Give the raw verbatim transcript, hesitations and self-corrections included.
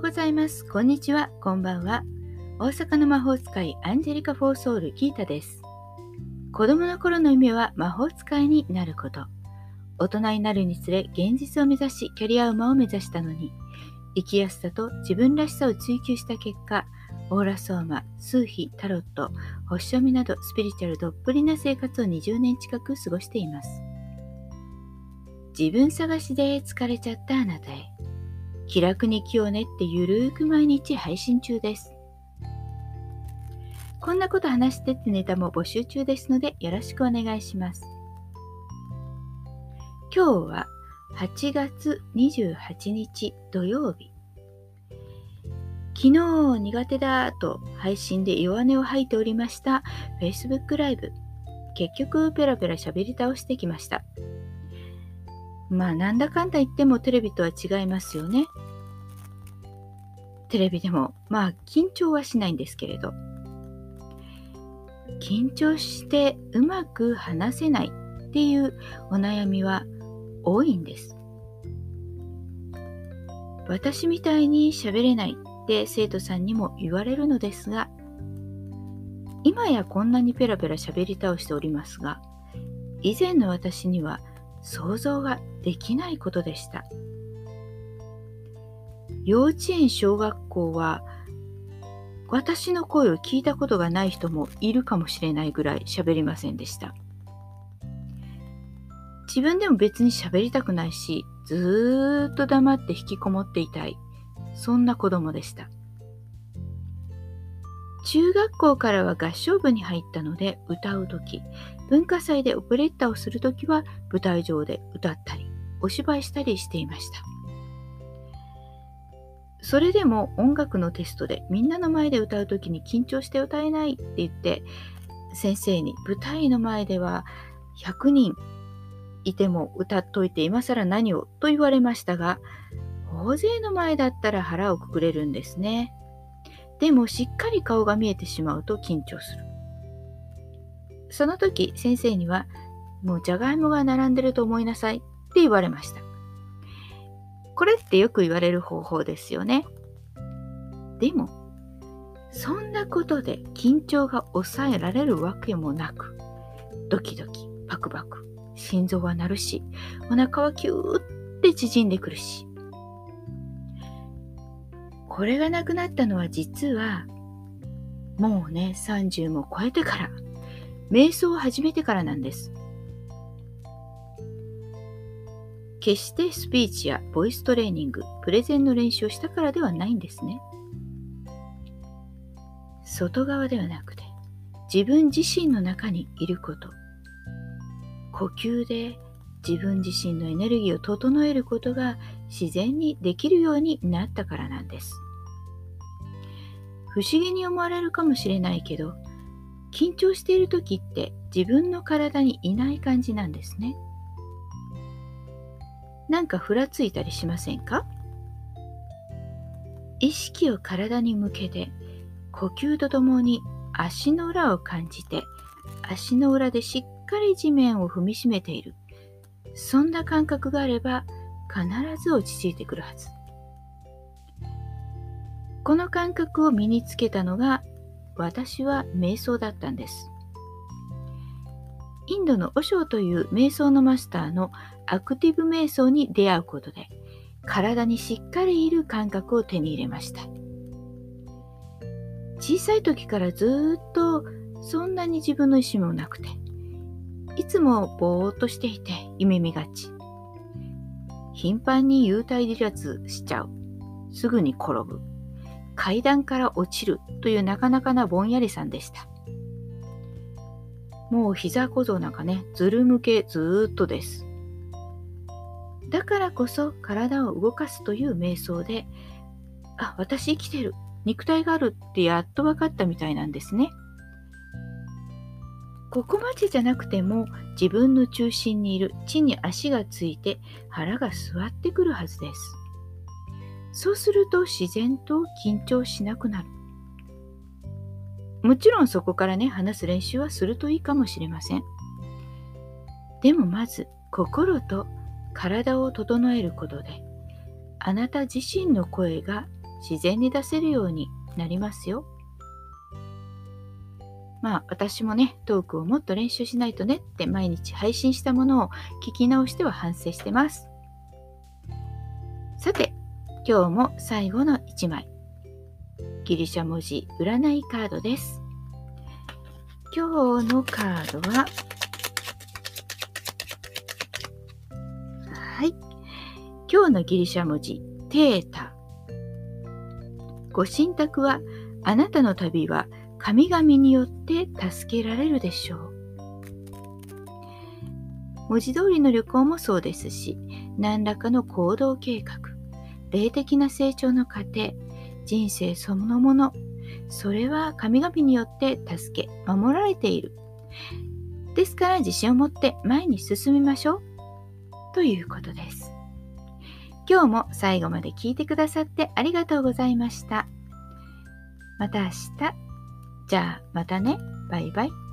ございます。こんにちは、こんばんは。大阪の魔法使いアンジェリカ・フォーソウル・ギータです。子供の頃の夢は魔法使いになること。大人になるにつれ現実を目指しキャリアウマを目指したのに、生きやすさと自分らしさを追求した結果、オーラソーマ、数秘、タロット、星読みなどスピリチュアルどっぷりな生活をにじゅうねん近く過ごしています。自分探しで疲れちゃったあなたへ。気楽に気を練ってゆるーく毎日配信中です。こんなこと話してってネタも募集中ですのでよろしくお願いします。今日ははちがつにじゅうはちにち土曜日。昨日苦手だと配信で弱音を吐いておりました Facebook ライブ。結局ペラペラ喋り倒してきました。まあなんだかんだ言ってもテレビとは違いますよね。テレビでもまあ緊張はしないんですけれど、緊張してうまく話せないっていうお悩みは多いんです。私みたいに喋れないって生徒さんにも言われるのですが、今やこんなにペラペラ喋り倒しておりますが、以前の私には想像ができないことでした。幼稚園、小学校は私の声を聞いたことがない人もいるかもしれないぐらい喋りませんでした。自分でも別に喋りたくないし、ずーっと黙って引きこもっていたい、そんな子供でした。中学校からは合唱部に入ったので、歌うとき、文化祭でオペレッタをするときは舞台上で歌ったりお芝居したりしていました。それでも音楽のテストでみんなの前で歌うときに緊張して歌えないって言って先生に、舞台の前ではひゃくにんいても歌っといて今更何をと言われましたが、大勢の前だったら腹をくくれるんですね。でもしっかり顔が見えてしまうと緊張する。その時先生には、もうじゃがいもが並んでると思いなさいって言われました。これってよく言われる方法ですよね。でもそんなことで緊張が抑えられるわけもなく、ドキドキパクパク心臓は鳴るし、お腹はキューって縮んでくるし。これがなくなったのは実はもうねさんじゅうも超えてから、瞑想を始めてからなんです。決してスピーチやボイストレーニング、プレゼンの練習をしたからではないんですね。外側ではなくて自分自身の中にいること、呼吸で自分自身のエネルギーを整えることが自然にできるようになったからなんです。不思議に思われるかもしれないけど、緊張している時って自分の体にいない感じなんですね。なんかふらついたりしませんか？意識を体に向けて、呼吸とともに足の裏を感じて、足の裏でしっかり地面を踏みしめている。そんな感覚があれば必ず落ち着いてくるはず。この感覚を身につけたのが私は瞑想だったんです。インドのオショーという瞑想のマスターのアクティブ瞑想に出会うことで、体にしっかりいる感覚を手に入れました。小さい時からずっとそんなに自分の意思もなくて、いつもぼーっとしていて夢見がち。頻繁に幽体離脱しちゃう。すぐに転ぶ。階段から落ちるというなかなかなぼんやりさんでした。もう膝小僧なんかね、ずる向けずーっとです。だからこそ体を動かすという瞑想で、あ、私生きてる、肉体があるってやっと分かったみたいなんですね。ここまでじゃなくても自分の中心にいる地に足がついて腹が座ってくるはずです。そうすると自然と緊張しなくなる。もちろんそこからね、話す練習はするといいかもしれません。でもまず心と体を整えることで、あなた自身の声が自然に出せるようになりますよ。まあ私もね、トークをもっと練習しないとねって毎日配信したものを聞き直しては反省してます。さて、今日も最後のいちまい。ギリシャ文字占いカードです。今日のカードは、はい。今日のギリシャ文字、テータ。ご神託は、あなたの旅は神々によって助けられるでしょう。文字通りの旅行もそうですし、何らかの行動計画、霊的な成長の過程、人生そのもの、それは神々によって助け、守られている。ですから自信を持って前に進みましょう。ということです。今日も最後まで聞いてくださってありがとうございました。また明日。じゃあまたね。バイバイ。